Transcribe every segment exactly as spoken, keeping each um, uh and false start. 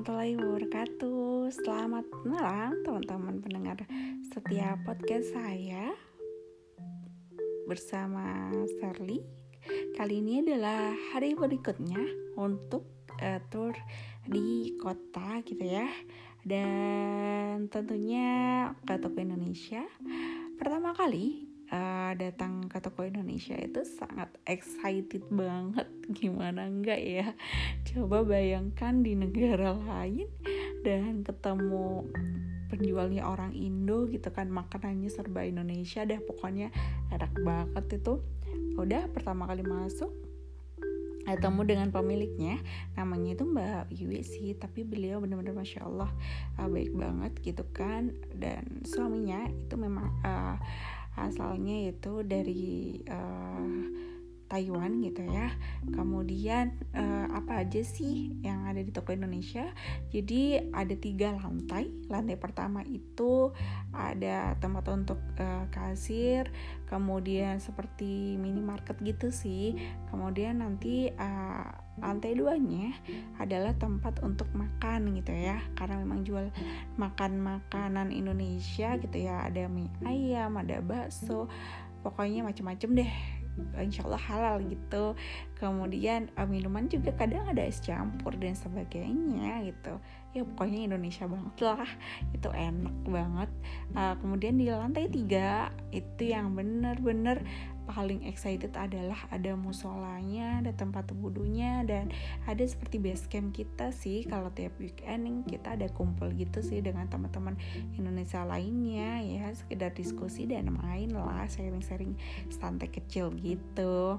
warahmatullahi wabarakatuh. Selamat malam teman-teman pendengar setiap podcast saya bersama Sherly. Kali ini adalah hari berikutnya untuk uh, tour di kota gitu ya. Dan tentunya ke toko Indonesia. Pertama kali uh, datang ke toko Indonesia itu sangat excited banget. Gimana enggak ya? Coba bayangkan di negara lain dan ketemu penjualnya orang Indo gitu kan, makanannya serba Indonesia deh, pokoknya enak banget itu. Udah pertama kali masuk ketemu dengan pemiliknya, namanya itu Mbak Yui sih, tapi beliau benar-benar Masya Allah uh, baik banget gitu kan. Dan suaminya itu memang uh, asalnya itu dari uh, Taiwan gitu ya. Kemudian uh, apa aja sih yang ada di toko Indonesia? Jadi ada tiga lantai. Lantai pertama itu ada tempat untuk uh, kasir, kemudian seperti minimarket gitu sih. Kemudian nanti uh, lantai duanya adalah tempat untuk makan gitu ya, karena memang jual makan makanan Indonesia gitu ya. Ada mie ayam, ada bakso, pokoknya macam-macam deh, insya Allah halal gitu. Kemudian uh, minuman juga kadang ada es campur dan sebagainya gitu ya, pokoknya Indonesia banget lah, itu enak banget. Uh, kemudian di lantai tiga itu yang bener-bener paling excited adalah ada musolanya, ada tempat wudhunya, dan ada seperti base camp kita sih kalau tiap weekend kita ada kumpul gitu sih dengan teman-teman Indonesia lainnya ya, sekedar diskusi dan main lah, sharing-sharing santai kecil gitu.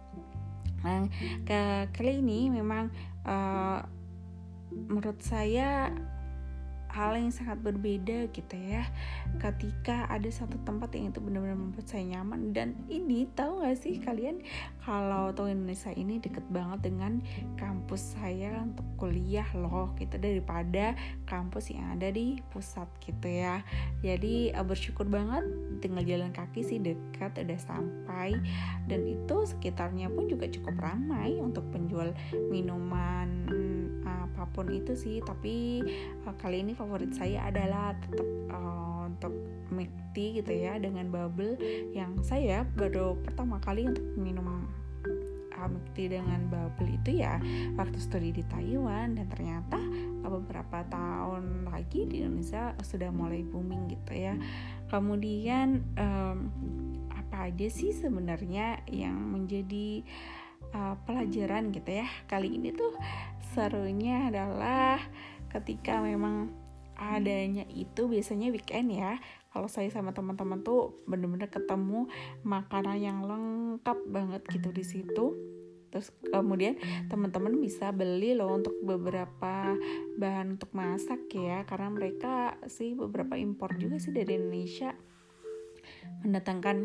Nah, ke kali ini memang uh, menurut saya hal yang sangat berbeda gitu ya, ketika ada satu tempat yang itu benar-benar membuat saya nyaman. Dan ini tahu gak sih kalian, kalau toko Indonesia ini deket banget dengan kampus saya untuk kuliah loh gitu, daripada kampus yang ada di pusat gitu ya. Jadi bersyukur banget, tinggal jalan kaki sih dekat, udah sampai. Dan itu sekitarnya pun juga cukup ramai untuk penjual minuman apapun itu sih. Tapi uh, kali ini favorit saya adalah tetap uh, untuk milk tea gitu ya, dengan bubble, yang saya baru pertama kali untuk minum uh, milk tea dengan bubble itu ya waktu studi di Taiwan. Dan ternyata uh, beberapa tahun lagi di Indonesia sudah mulai booming gitu ya. Kemudian um, apa aja sih sebenarnya yang menjadi uh, pelajaran gitu ya kali ini tuh? Serunya adalah ketika memang adanya itu biasanya weekend ya, kalau saya sama teman-teman tuh bener-bener ketemu makanan yang lengkap banget gitu di situ. Terus kemudian teman-teman bisa beli loh untuk beberapa bahan untuk masak ya, karena mereka sih beberapa impor juga sih dari Indonesia, mendatangkan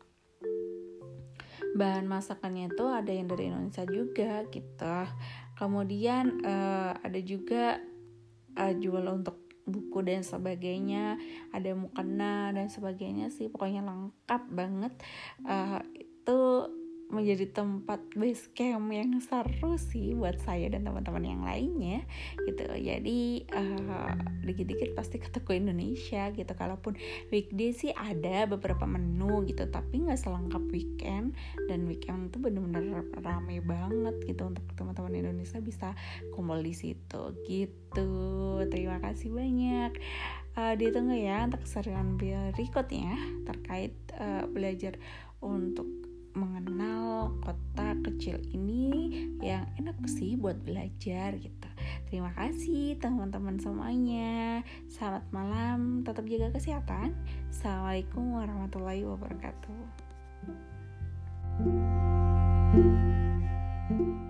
bahan masakannya itu ada yang dari Indonesia juga gitu. Kemudian uh, ada juga uh, jual untuk buku dan sebagainya, ada mukena dan sebagainya sih, pokoknya lengkap banget. Uh, itu menjadi tempat base camp yang seru sih buat saya dan teman-teman yang lainnya gitu. Jadi uh, dikit-dikit pasti ke toko Indonesia gitu. Kalaupun weekday sih ada beberapa menu gitu, tapi nggak selengkap weekend. Dan weekend tuh bener-bener rame banget gitu untuk teman-teman Indonesia bisa kumpul di situ gitu. Terima kasih banyak. Uh, ditunggu ya untuk keseringan berikutnya terkait uh, belajar untuk mengenal kota kecil ini yang enak sih buat belajar gitu. Terima kasih teman-teman semuanya. Selamat malam, tetap jaga kesehatan. Assalamualaikum warahmatullahi wabarakatuh.